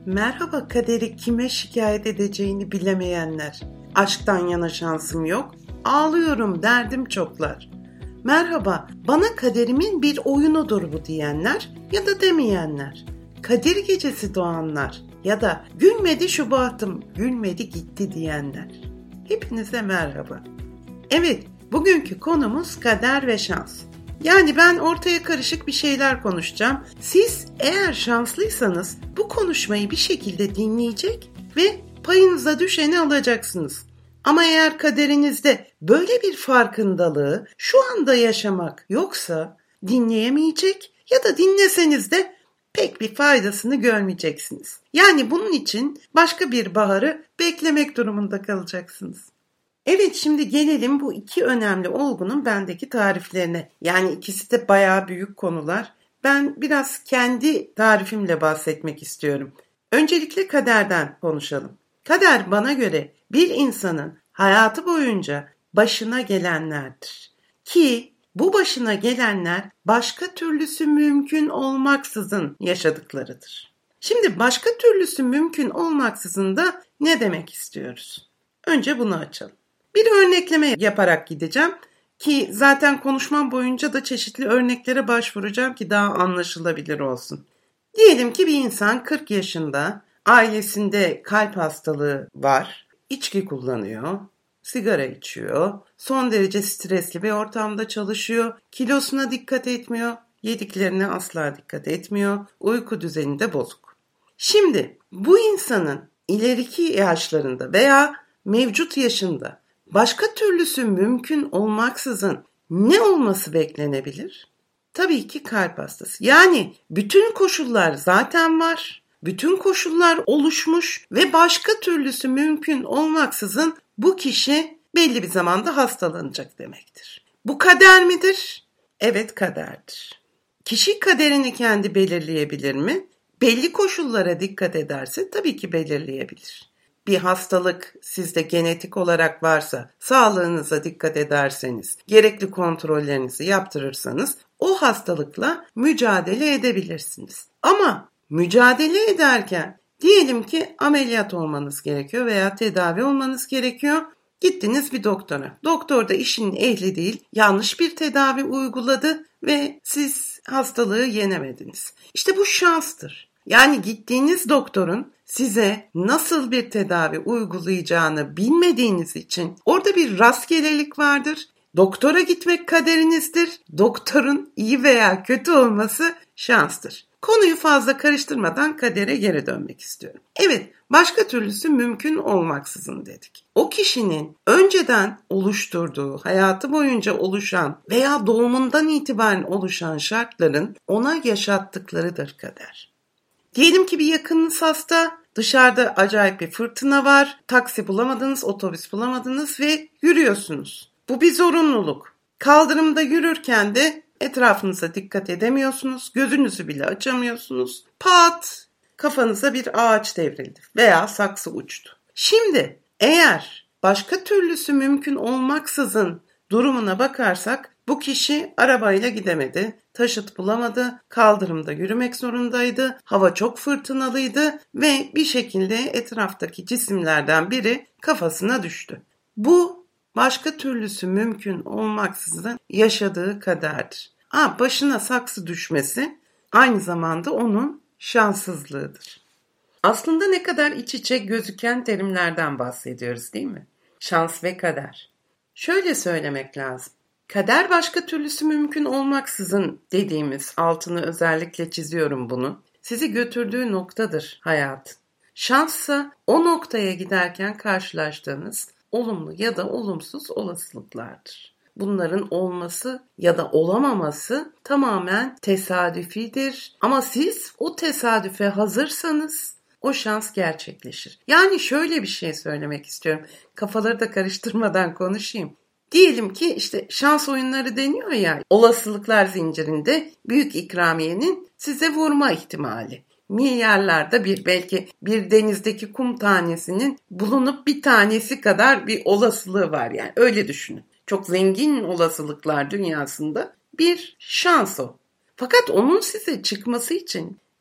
Merhaba kaderi kime şikayet edeceğini bilemeyenler. Aşktan yana şansım yok. Ağlıyorum derdim çoklar. Merhaba bana kaderimin bir oyunudur bu diyenler ya da demeyenler. Kadir gecesi doğanlar ya da gülmedi şu bahtım gülmedi gitti diyenler. Hepinize merhaba. Evet, bugünkü konumuz kader ve şans. Yani ben ortaya karışık bir şeyler konuşacağım. Siz eğer şanslıysanız bu konuşmayı bir şekilde dinleyecek ve payınıza düşeni alacaksınız. Ama eğer kaderinizde böyle bir farkındalığı şu anda yaşamak yoksa dinleyemeyecek ya da dinleseniz de pek bir faydasını görmeyeceksiniz. Yani bunun için başka bir baharı beklemek durumunda kalacaksınız. Evet, şimdi gelelim bu iki önemli olgunun bendeki tariflerine. Yani ikisi de bayağı büyük konular. Ben biraz kendi tarifimle bahsetmek istiyorum. Öncelikle kaderden konuşalım. Kader bana göre bir insanın hayatı boyunca başına gelenlerdir. Ki bu başına gelenler başka türlüsü mümkün olmaksızın yaşadıklarıdır. Şimdi başka türlüsü mümkün olmaksızın da ne demek istiyoruz? Önce bunu açalım. Bir örnekleme yaparak gideceğim ki zaten konuşmam boyunca da çeşitli örneklere başvuracağım ki daha anlaşılabilir olsun. Diyelim ki bir insan 40 yaşında, ailesinde kalp hastalığı var, içki kullanıyor, sigara içiyor, son derece stresli bir ortamda çalışıyor, kilosuna dikkat etmiyor, yediklerine asla dikkat etmiyor, uyku düzeni de bozuk. Şimdi bu insanın ileriki yaşlarında veya mevcut yaşında başka türlüsü mümkün olmaksızın ne olması beklenebilir? Tabii ki kalp hastası. Yani bütün koşullar zaten var. Bütün koşullar oluşmuş ve başka türlüsü mümkün olmaksızın bu kişi belli bir zamanda hastalanacak demektir. Bu kader midir? Evet, kaderdir. Kişi kaderini kendi belirleyebilir mi? Belli koşullara dikkat ederse tabii ki belirleyebilir. Bir hastalık sizde genetik olarak varsa, sağlığınıza dikkat ederseniz, gerekli kontrollerinizi yaptırırsanız o hastalıkla mücadele edebilirsiniz. Ama mücadele ederken diyelim ki ameliyat olmanız gerekiyor veya tedavi olmanız gerekiyor. Gittiniz bir doktora. Doktor da işinin ehli değil, yanlış bir tedavi uyguladı ve siz hastalığı yenemediniz. İşte bu şanstır. Yani gittiğiniz doktorun size nasıl bir tedavi uygulayacağını bilmediğiniz için orada bir rastgelelik vardır. Doktora gitmek kaderinizdir. Doktorun iyi veya kötü olması şanstır. Konuyu fazla karıştırmadan kadere geri dönmek istiyorum. Evet, başka türlüsü mümkün olmaksızın dedik. O kişinin önceden oluşturduğu, hayatı boyunca oluşan veya doğumundan itibaren oluşan şartların ona yaşattıklarıdır kader. Diyelim ki bir yakınınız hasta, dışarıda acayip bir fırtına var, taksi bulamadınız, otobüs bulamadınız ve yürüyorsunuz. Bu bir zorunluluk. Kaldırımda yürürken de etrafınıza dikkat edemiyorsunuz, gözünüzü bile açamıyorsunuz. Pat! Kafanıza bir ağaç devrildi veya saksı uçtu. Şimdi eğer başka türlüsü mümkün olmaksızın durumuna bakarsak bu kişi arabayla gidemedi, taşıt bulamadı, kaldırımda yürümek zorundaydı, hava çok fırtınalıydı ve bir şekilde etraftaki cisimlerden biri kafasına düştü. Bu başka türlüsü mümkün olmaksızın yaşadığı kaderdir. Başına saksı düşmesi aynı zamanda onun şanssızlığıdır. Aslında ne kadar iç içe gözüken terimlerden bahsediyoruz değil mi? Şans ve kader. Şöyle söylemek lazım. Kader başka türlüsü mümkün olmaksızın dediğimiz, altını özellikle çiziyorum bunu, sizi götürdüğü noktadır hayat. Şanssa o noktaya giderken karşılaştığınız olumlu ya da olumsuz olasılıklardır. Bunların olması ya da olamaması tamamen tesadüfidir. Ama siz o tesadüfe hazırsanız o şans gerçekleşir. Yani şöyle bir şey söylemek istiyorum. Kafaları da karıştırmadan konuşayım. Diyelim ki işte şans oyunları deniyor ya, olasılıklar zincirinde büyük ikramiyenin size vurma ihtimali. Milyarlarda bir, belki bir denizdeki kum tanesinin bulunup bir tanesi kadar bir olasılığı var, yani öyle düşünün. Çok zengin olasılıklar dünyasında bir şans o. Fakat onun size çıkması için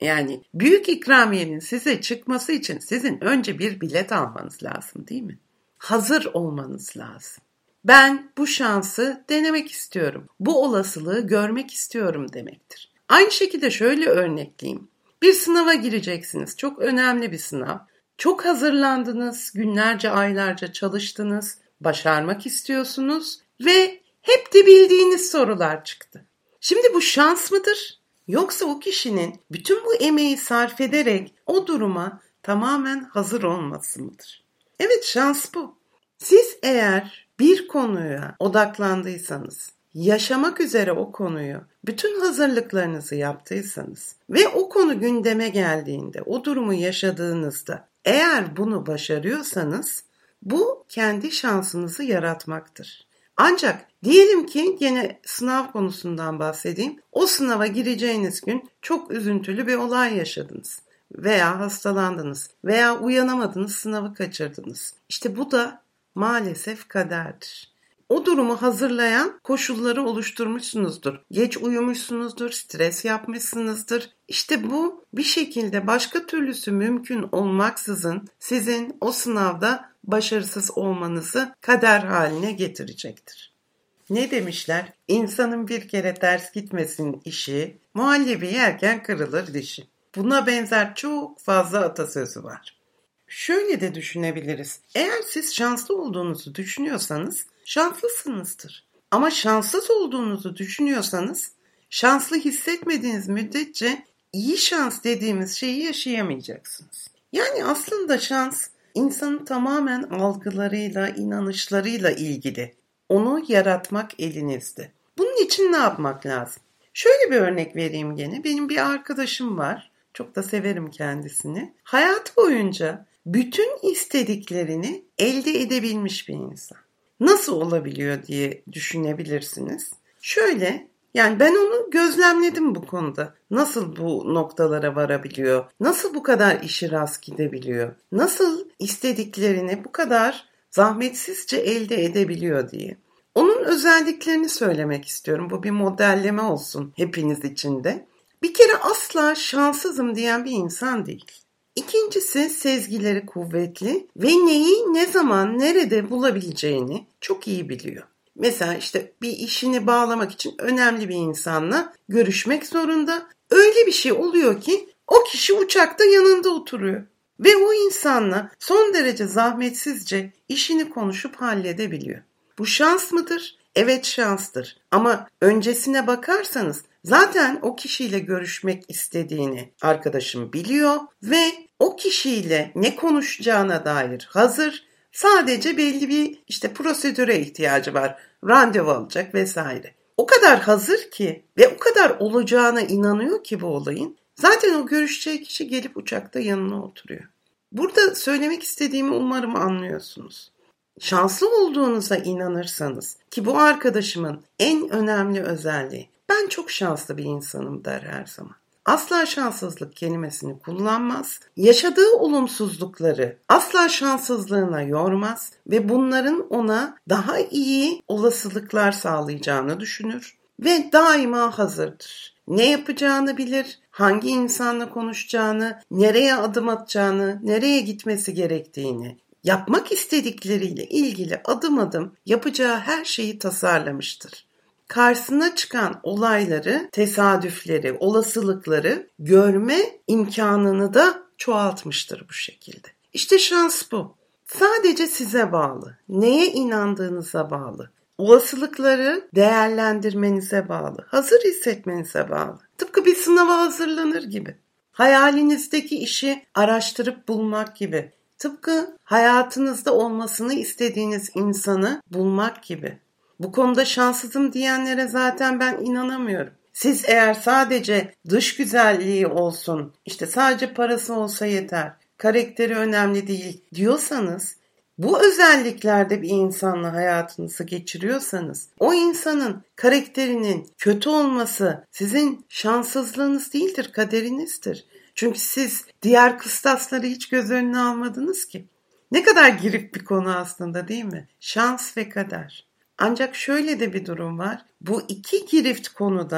Yani büyük ikramiyenin size çıkması için sizin önce bir bilet almanız lazım, değil mi? Hazır olmanız lazım. Ben bu şansı denemek istiyorum. Bu olasılığı görmek istiyorum demektir. Aynı şekilde şöyle örnekleyeyim. Bir sınava gireceksiniz. Çok önemli bir sınav. Çok hazırlandınız, günlerce, aylarca çalıştınız, başarmak istiyorsunuz ve hep de bildiğiniz sorular çıktı. Şimdi bu şans mıdır? Yoksa o kişinin bütün bu emeği sarf ederek o duruma tamamen hazır olması mıdır? Evet, şans bu. Siz eğer bir konuya odaklandıysanız, yaşamak üzere o konuyu, bütün hazırlıklarınızı yaptıysanız ve o konu gündeme geldiğinde, o durumu yaşadığınızda eğer bunu başarıyorsanız bu kendi şansınızı yaratmaktır. Ancak diyelim ki yine sınav konusundan bahsedeyim. O sınava gireceğiniz gün çok üzüntülü bir olay yaşadınız veya hastalandınız veya uyanamadınız, sınavı kaçırdınız. İşte bu da maalesef kaderdir. O durumu hazırlayan koşulları oluşturmuşsunuzdur. Geç uyumuşsunuzdur, stres yapmışsınızdır. İşte bu bir şekilde başka türlüsü mümkün olmaksızın sizin o sınavda başarısız olmanızı kader haline getirecektir. Ne demişler? İnsanın bir kere ters gitmesin işi, muhallebi yerken kırılır dişi. Buna benzer çok fazla atasözü var. Şöyle de düşünebiliriz. Eğer siz şanslı olduğunuzu düşünüyorsanız şanslısınızdır. Ama şanssız olduğunuzu düşünüyorsanız şanslı hissetmediğiniz müddetçe iyi şans dediğimiz şeyi yaşayamayacaksınız. Yani aslında şans insanın tamamen algılarıyla, inanışlarıyla ilgili. Onu yaratmak elinizde. Bunun için ne yapmak lazım? Şöyle bir örnek vereyim gene. Benim bir arkadaşım var. Çok da severim kendisini. Hayat boyunca bütün istediklerini elde edebilmiş bir insan. Nasıl olabiliyor diye düşünebilirsiniz. Şöyle, yani ben onu gözlemledim bu konuda. Nasıl bu noktalara varabiliyor? Nasıl bu kadar işi rast gidebiliyor? Nasıl istediklerini bu kadar zahmetsizce elde edebiliyor diye. Onun özelliklerini söylemek istiyorum. Bu bir modelleme olsun hepiniz için de. Bir kere asla şanssızım diyen bir insan değil. İkincisi sezgileri kuvvetli ve neyi, ne zaman, nerede bulabileceğini çok iyi biliyor. Mesela işte bir işini bağlamak için önemli bir insanla görüşmek zorunda. Öyle bir şey oluyor ki o kişi uçakta yanında oturuyor. Ve o insanla son derece zahmetsizce işini konuşup halledebiliyor. Bu şans mıdır? Evet, şanstır. Ama öncesine bakarsanız zaten o kişiyle görüşmek istediğini arkadaşım biliyor ve o kişiyle ne konuşacağına dair hazır. Sadece belli bir prosedüre ihtiyacı var. Randevu alacak vesaire. O kadar hazır ki ve o kadar olacağına inanıyor ki bu olayın. Zaten o görüşeceği kişi gelip uçakta yanına oturuyor. Burada söylemek istediğimi umarım anlıyorsunuz. Şanslı olduğunuza inanırsanız ki bu arkadaşımın en önemli özelliği, ben çok şanslı bir insanım der her zaman. Asla şanssızlık kelimesini kullanmaz, yaşadığı olumsuzlukları asla şanssızlığına yormaz ve bunların ona daha iyi olasılıklar sağlayacağını düşünür ve daima hazırdır. Ne yapacağını bilir, hangi insanla konuşacağını, nereye adım atacağını, nereye gitmesi gerektiğini, yapmak istedikleriyle ilgili adım adım yapacağı her şeyi tasarlamıştır. Karşısına çıkan olayları, tesadüfleri, olasılıkları görme imkanını da çoğaltmıştır bu şekilde. İşte şans bu. Sadece size bağlı. Neye inandığınıza bağlı. Olasılıkları değerlendirmenize bağlı. Hazır hissetmenize bağlı. Tıpkı bir sınava hazırlanır gibi. Hayalinizdeki işi araştırıp bulmak gibi. Tıpkı hayatınızda olmasını istediğiniz insanı bulmak gibi. Bu konuda şanssızım diyenlere zaten ben inanamıyorum. Siz eğer sadece dış güzelliği olsun, sadece parası olsa yeter, karakteri önemli değil diyorsanız, bu özelliklerde bir insanla hayatınızı geçiriyorsanız, o insanın karakterinin kötü olması sizin şanssızlığınız değildir, kaderinizdir. Çünkü siz diğer kıstasları hiç göz önüne almadınız ki. Ne kadar girip bir konu aslında, değil mi? Şans ve kader. Ancak şöyle de bir durum var. Bu iki girift konuda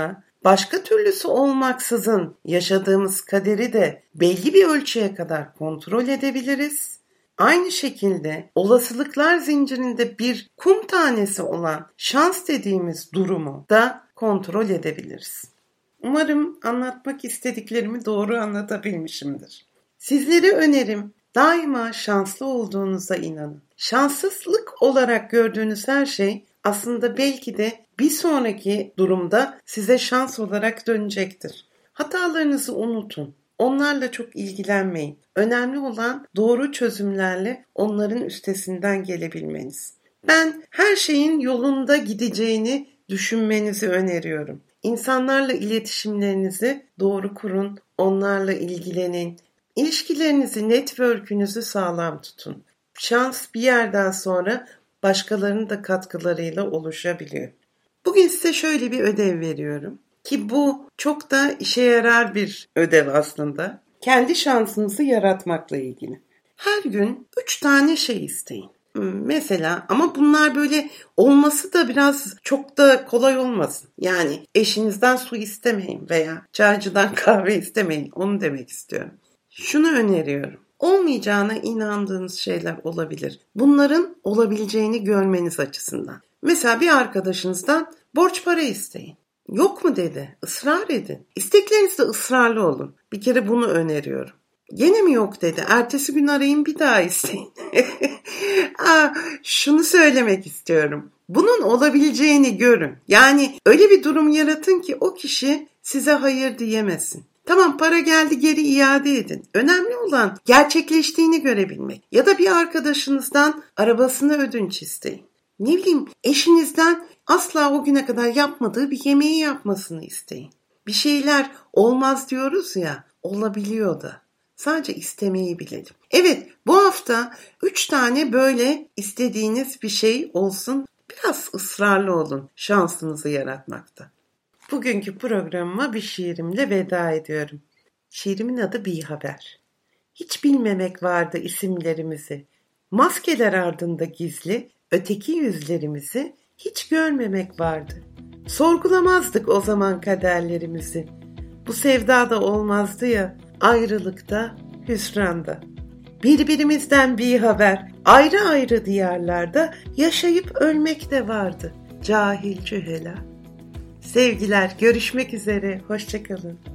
Başka türlüsü olmaksızın yaşadığımız kaderi de belli bir ölçüye kadar kontrol edebiliriz. Aynı şekilde olasılıklar zincirinde bir kum tanesi olan şans dediğimiz durumu da kontrol edebiliriz. Umarım anlatmak istediklerimi doğru anlatabilmişimdir. Sizlere önerim, daima şanslı olduğunuza inanın. Şanssızlık olarak gördüğünüz her şey aslında belki de bir sonraki durumda size şans olarak dönecektir. Hatalarınızı unutun. Onlarla çok ilgilenmeyin. Önemli olan doğru çözümlerle onların üstesinden gelebilmeniz. Ben her şeyin yolunda gideceğini düşünmenizi öneriyorum. İnsanlarla iletişimlerinizi doğru kurun, onlarla ilgilenin. İlişkilerinizi, network'ünüzü sağlam tutun. Şans bir yerden sonra başkalarının da katkılarıyla oluşabiliyor. Bugün size şöyle bir ödev veriyorum ki bu çok da işe yarar bir ödev aslında. Kendi şansınızı yaratmakla ilgili. Her gün 3 tane şey isteyin. Mesela ama bunlar böyle olması da biraz çok da kolay olmasın. Yani eşinizden su istemeyin veya çaycıdan kahve istemeyin. Onu demek istiyorum. Şunu öneriyorum. Olmayacağına inandığınız şeyler olabilir. Bunların olabileceğini görmeniz açısından. Mesela bir arkadaşınızdan borç para isteyin. Yok mu dedi, ısrar edin. İsteklerinizde ısrarlı olun. Bir kere bunu öneriyorum. Gene mi yok dedi, ertesi gün arayın bir daha isteyin. Şunu söylemek istiyorum. Bunun olabileceğini görün. Yani öyle bir durum yaratın ki o kişi size hayır diyemesin. Tamam, para geldi, geri iade edin. Önemli olan gerçekleştiğini görebilmek. Ya da bir arkadaşınızdan arabasını ödünç isteyin. Ne bileyim, eşinizden asla o güne kadar yapmadığı bir yemeği yapmasını isteyin. Bir şeyler olmaz diyoruz ya, olabiliyor da. Sadece istemeyi bilelim. Evet, bu hafta 3 tane böyle istediğiniz bir şey olsun. Biraz ısrarlı olun şansınızı yaratmakta. Bugünkü programıma bir şiirimle veda ediyorum. Şiirimin adı Bir Haber. Hiç bilmemek vardı isimlerimizi. Maskeler ardında gizli, öteki yüzlerimizi hiç görmemek vardı. Sorgulamazdık o zaman kaderlerimizi. Bu sevdada olmazdı ya, ayrılıkta, hüsranda. Birbirimizden bir haber, ayrı ayrı diyarlarda yaşayıp ölmek de vardı. Cahil cühela. Sevgiler, görüşmek üzere, hoşça kalın.